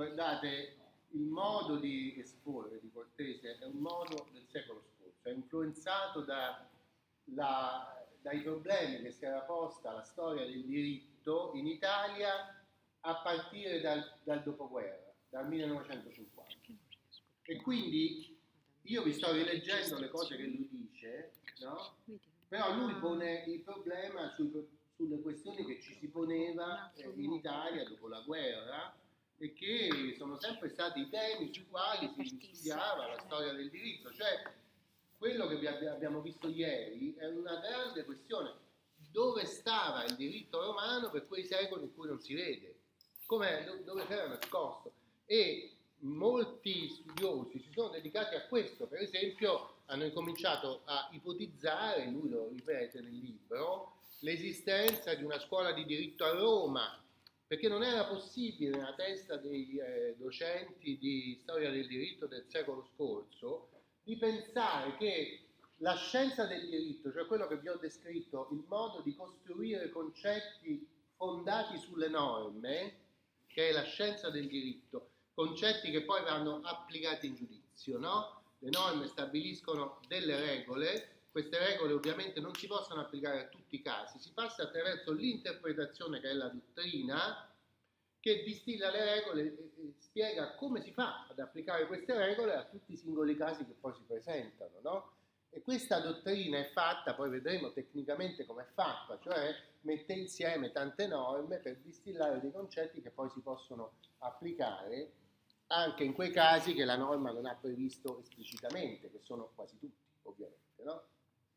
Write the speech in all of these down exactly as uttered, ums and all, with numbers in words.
guardate, il modo di esporre di Cortese è un modo del secolo scorso, è influenzato da, la, dai problemi che si era posta la storia del diritto in Italia a partire dal, dal dopoguerra, dal millenovecentocinquanta. E quindi io vi sto rileggendo le cose che lui dice, no? Però lui pone il problema sui, sulle questioni che ci si poneva eh, in Italia dopo la guerra e che sono sempre stati i temi sui quali si studiava la storia del diritto. Cioè, quello che vi abbiamo visto ieri è una grande questione. Dove stava il diritto romano per quei secoli in cui non si vede? Com'è? Dove era nascosto? E molti studiosi si sono dedicati a questo. Per esempio, hanno incominciato a ipotizzare, lui lo ripete nel libro, l'esistenza di una scuola di diritto a Roma, perché non era possibile nella testa dei eh, docenti di storia del diritto del secolo scorso di pensare che la scienza del diritto, cioè quello che vi ho descritto, il modo di costruire concetti fondati sulle norme, che è la scienza del diritto, concetti che poi vanno applicati in giudizio, no? Le norme stabiliscono delle regole, queste regole ovviamente non si possono applicare a tutti i casi, si passa attraverso l'interpretazione che è la dottrina, che distilla le regole e, e spiega come si fa ad applicare queste regole a tutti i singoli casi che poi si presentano, no? E questa dottrina è fatta, poi vedremo tecnicamente come è fatta, cioè mette insieme tante norme per distillare dei concetti che poi si possono applicare anche in quei casi che la norma non ha previsto esplicitamente, che sono quasi tutti, ovviamente, no?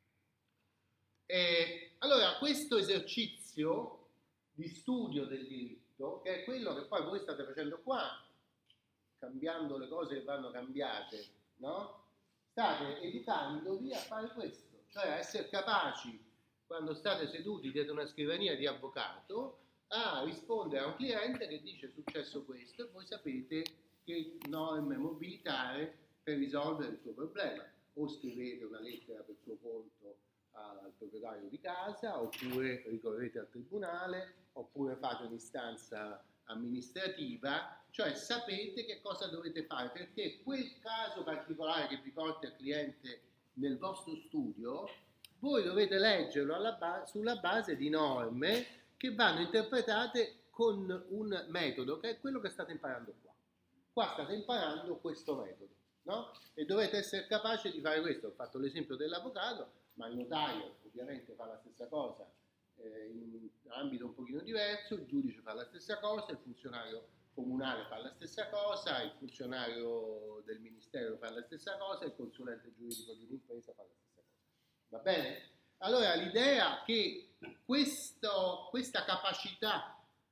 E allora, questo esercizio di studio del diritto, che è quello che poi voi state facendo qua, cambiando le cose che vanno cambiate, no? State educandovi a fare questo, cioè a essere capaci, quando state seduti dietro una scrivania di avvocato, a rispondere a un cliente che dice è successo questo e voi sapete che norme mobilitare per risolvere il suo problema. O scrivete una lettera per suo conto al proprietario di casa, oppure ricorrete al tribunale, oppure fate un'istanza amministrativa, cioè sapete che cosa dovete fare, perché quel caso particolare che vi porta il cliente nel vostro studio, voi dovete leggerlo alla ba- sulla base di norme che vanno interpretate con un metodo, che è quello che state imparando qua. Qua state imparando questo metodo, no? E dovete essere capaci di fare questo. Ho fatto l'esempio dell'avvocato, ma il notaio ovviamente fa la stessa cosa eh, in ambito un pochino diverso, il giudice fa la stessa cosa, il funzionario comunale fa la stessa cosa, il funzionario del ministero fa la stessa cosa, il consulente giuridico di un'impresa fa la stessa cosa. Va bene? Allora l'idea che questo, questa capacità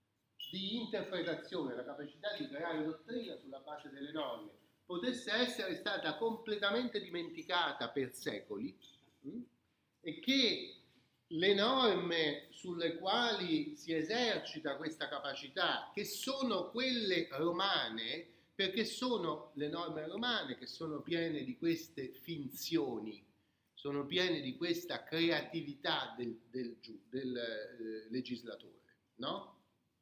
di interpretazione, la capacità di creare dottrina sulla base delle norme, potesse essere stata completamente dimenticata per secoli mh? E che le norme sulle quali si esercita questa capacità, che sono quelle romane, perché sono le norme romane che sono piene di queste finzioni, sono piene di questa creatività del, del, del eh, legislatore, no?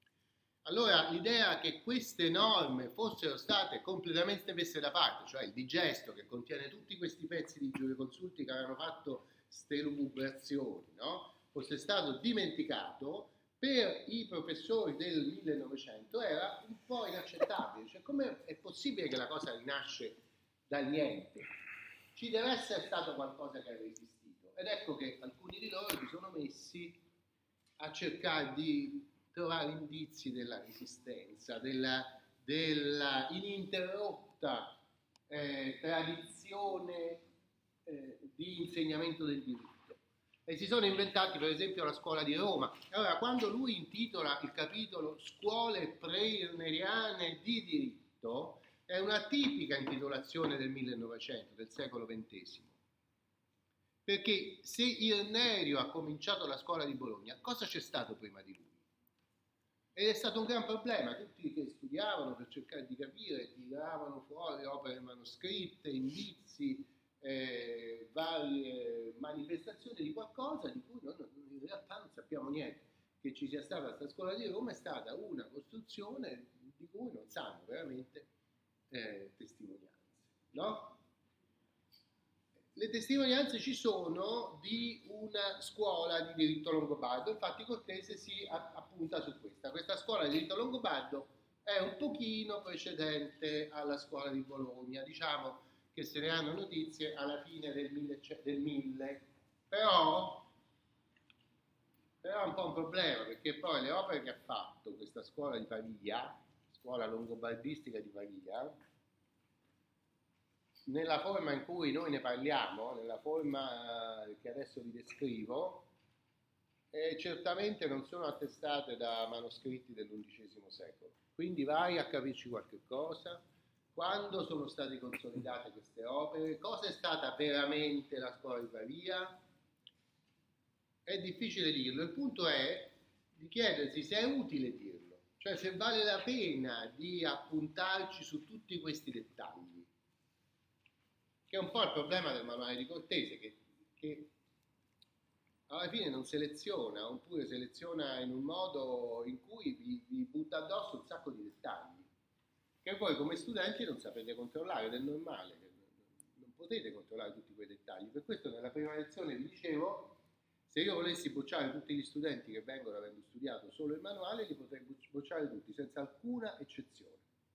Allora l'idea che queste norme fossero state completamente messe da parte, cioè il digesto che contiene tutti questi pezzi di giureconsulti che avevano fatto ste lucubrazioni, no? Fosse stato dimenticato, per i professori del millenovecento era un po' inaccettabile. Cioè, come è possibile che la cosa rinasce dal niente? Ci deve essere stato qualcosa che ha resistito. Ed ecco che alcuni di loro si sono messi a cercare di trovare indizi della resistenza, della, della ininterrotta eh, tradizione eh, di insegnamento del diritto. E si sono inventati per esempio la scuola di Roma. Allora, quando lui intitola il capitolo Scuole preirneriane di diritto, è una tipica intitolazione del millenovecento, del secolo ventesimo. Perché se Irnerio ha cominciato la scuola di Bologna, cosa c'è stato prima di lui? Ed è stato un gran problema, tutti che studiavano per cercare di capire, tiravano fuori opere manoscritte, indizi, eh, varie manifestazioni di qualcosa di cui noi non, in realtà non sappiamo niente. Che ci sia stata questa scuola di Roma è stata una costruzione di cui non sanno veramente eh, testimonianze, no? Le testimonianze ci sono di una scuola di diritto longobardo, infatti Cortese si appunta su questa. Questa scuola di diritto longobardo è un pochino precedente alla scuola di Bologna, diciamo che se ne hanno notizie alla fine del, mille, del mille, però, però è un po' un problema, perché poi le opere che ha fatto questa scuola di Pavia, scuola longobardistica di Pavia, nella forma in cui noi ne parliamo, nella forma che adesso vi descrivo, eh, certamente non sono attestate da manoscritti dell'undicesimo secolo. Quindi vai a capirci qualche cosa. Quando sono state consolidate queste opere? Cosa è stata veramente la scuola di Pavia? È difficile dirlo. Il punto è di chiedersi se è utile dirlo, cioè se vale la pena di appuntarci su tutti questi dettagli, che è un po' il problema del manuale di Cortese, che, che alla fine non seleziona, oppure seleziona in un modo in cui vi, vi butta addosso un sacco di dettagli, che voi come studenti non sapete controllare, ed è normale, non potete controllare tutti quei dettagli. Per questo nella prima lezione vi dicevo, se io volessi bocciare tutti gli studenti che vengono avendo studiato solo il manuale, li potrei bocciare tutti, senza alcuna eccezione.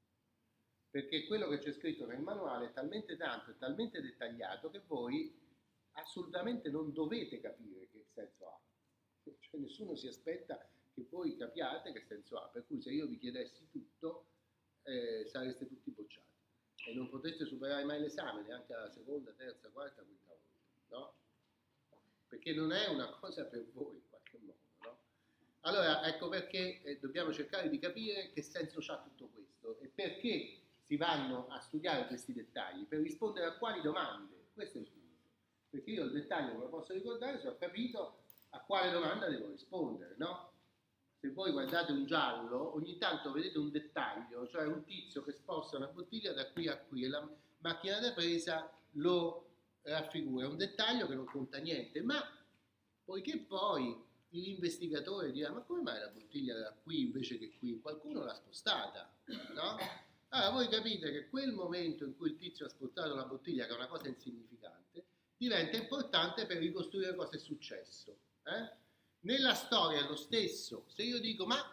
Perché quello che c'è scritto nel manuale è talmente tanto e talmente dettagliato che voi assolutamente non dovete capire che senso ha. Cioè nessuno si aspetta che voi capiate che senso ha, per cui se io vi chiedessi tutto eh, sareste tutti bocciati e non potreste superare mai l'esame, neanche alla seconda, terza, quarta, quinta volta, no? Perché non è una cosa per voi in qualche modo, no? Allora ecco perché eh, dobbiamo cercare di capire che senso ha tutto questo e perché si vanno a studiare questi dettagli, per rispondere a quali domande. Questo è il punto, perché io il dettaglio me lo posso ricordare se ho capito a quale domanda devo rispondere, no? Se voi guardate un giallo, ogni tanto vedete un dettaglio, cioè un tizio che sposta una bottiglia da qui a qui e la macchina da presa lo raffigura, un dettaglio che non conta niente, ma poiché poi l'investigatore dirà ma come mai la bottiglia da qui invece che qui? Qualcuno l'ha spostata, no? Allora voi capite che quel momento in cui il tizio ha spostato la bottiglia, che è una cosa insignificante, diventa importante per ricostruire cosa è successo. Eh? Nella storia è lo stesso. Se io dico ma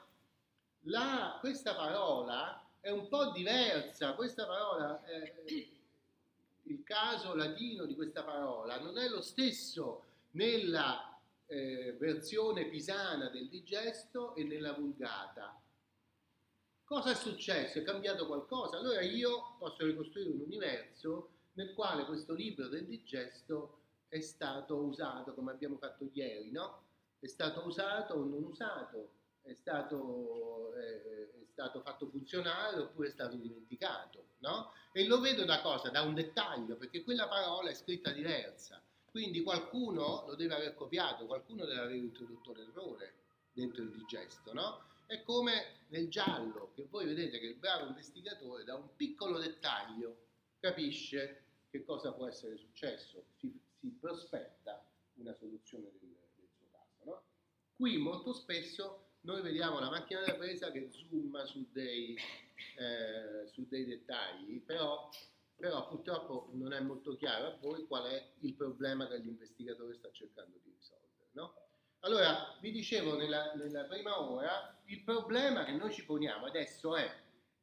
la, questa parola è un po' diversa, questa parola, eh, il caso latino di questa parola non è lo stesso nella eh, versione pisana del Digesto e nella Vulgata. Cosa è successo? È cambiato qualcosa? Allora io posso ricostruire un universo nel quale questo libro del Digesto è stato usato, come abbiamo fatto ieri, no? È stato usato o non usato, è stato, eh, è stato fatto funzionare oppure è stato dimenticato, no? E lo vedo da cosa? Da un dettaglio, perché quella parola è scritta diversa. Quindi qualcuno lo deve aver copiato, qualcuno deve aver introdotto l'errore dentro il Digesto, no? È come nel giallo, che voi vedete che il bravo investigatore da un piccolo dettaglio capisce che cosa può essere successo, si, si prospetta una soluzione del, del suo caso, no? Qui molto spesso noi vediamo la macchina da presa che zooma su dei, eh, su dei dettagli, però, però purtroppo non è molto chiaro a voi qual è il problema che l'investigatore sta cercando di risolvere, no? Allora, vi dicevo nella, nella prima ora, il problema che noi ci poniamo adesso è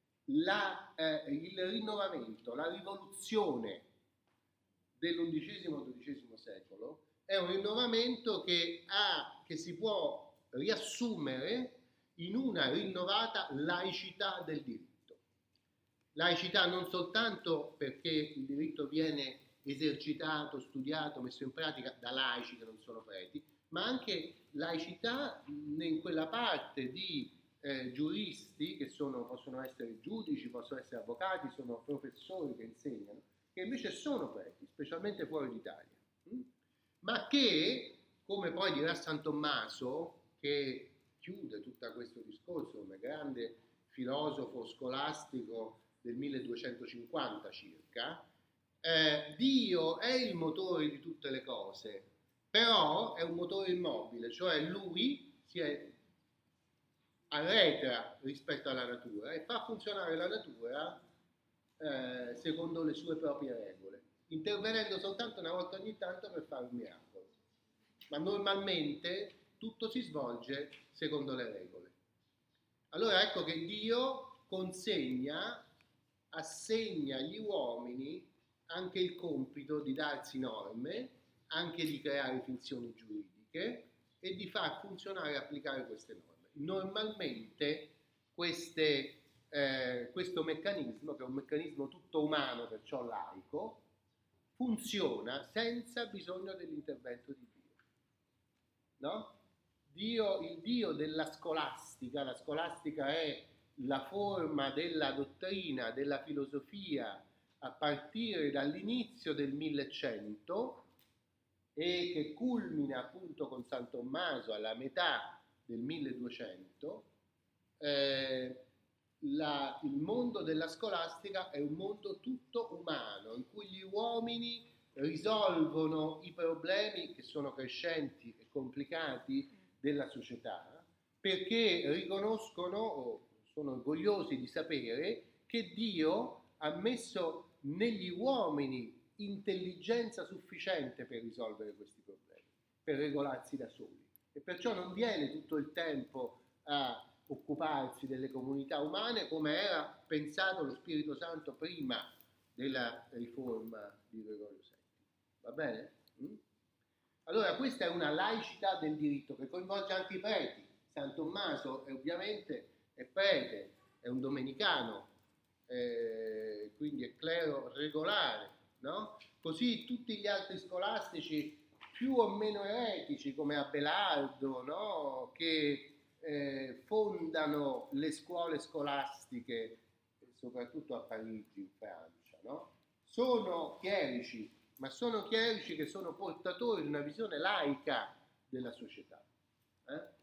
la, eh, il rinnovamento, la rivoluzione dell'undicesimo dodicesimo secolo, è un rinnovamento che, ha, che si può riassumere in una rinnovata laicità del diritto. Laicità non soltanto perché il diritto viene esercitato, studiato, messo in pratica da laici che non sono preti, ma anche laicità in quella parte di eh, giuristi che sono, possono essere giudici, possono essere avvocati, sono professori che insegnano, che invece sono preti, specialmente fuori d'Italia, hm? ma che, come poi dirà San Tommaso, che chiude tutto questo discorso come grande filosofo scolastico del milleduecentocinquanta circa, eh, Dio è il motore di tutte le cose, però è un motore immobile, cioè lui si è arretra rispetto alla natura e fa funzionare la natura eh, secondo le sue proprie regole, intervenendo soltanto una volta ogni tanto per fare un miracolo. Ma normalmente tutto si svolge secondo le regole. Allora ecco che Dio consegna, assegna agli uomini anche il compito di darsi norme, anche di creare finzioni giuridiche e di far funzionare e applicare queste norme. Normalmente queste, eh, questo meccanismo, che è un meccanismo tutto umano, perciò laico, funziona senza bisogno dell'intervento di Dio. No? Dio, il Dio della scolastica, la scolastica è la forma della dottrina, della filosofia a partire dall'inizio del millecento e che culmina appunto con San Tommaso alla metà del milleduecento. Eh, la, il mondo della scolastica è un mondo tutto umano, in cui gli uomini risolvono i problemi che sono crescenti e complicati della società, perché riconoscono o sono orgogliosi di sapere che Dio ha messo negli uomini intelligenza sufficiente per risolvere questi problemi, per regolarsi da soli, e perciò non viene tutto il tempo a occuparsi delle comunità umane come era pensato lo Spirito Santo prima della riforma di Gregorio settimo. Va bene? Mm? Allora questa è una laicità del diritto che coinvolge anche i preti. San Tommaso è ovviamente è prete, è un domenicano, eh, quindi è clero regolare, no? Così tutti gli altri scolastici più o meno eretici come Abelardo, no? Che eh, fondano le scuole scolastiche soprattutto a Parigi in Francia, no? Sono chierici, ma sono chierici che sono portatori di una visione laica della società, eh?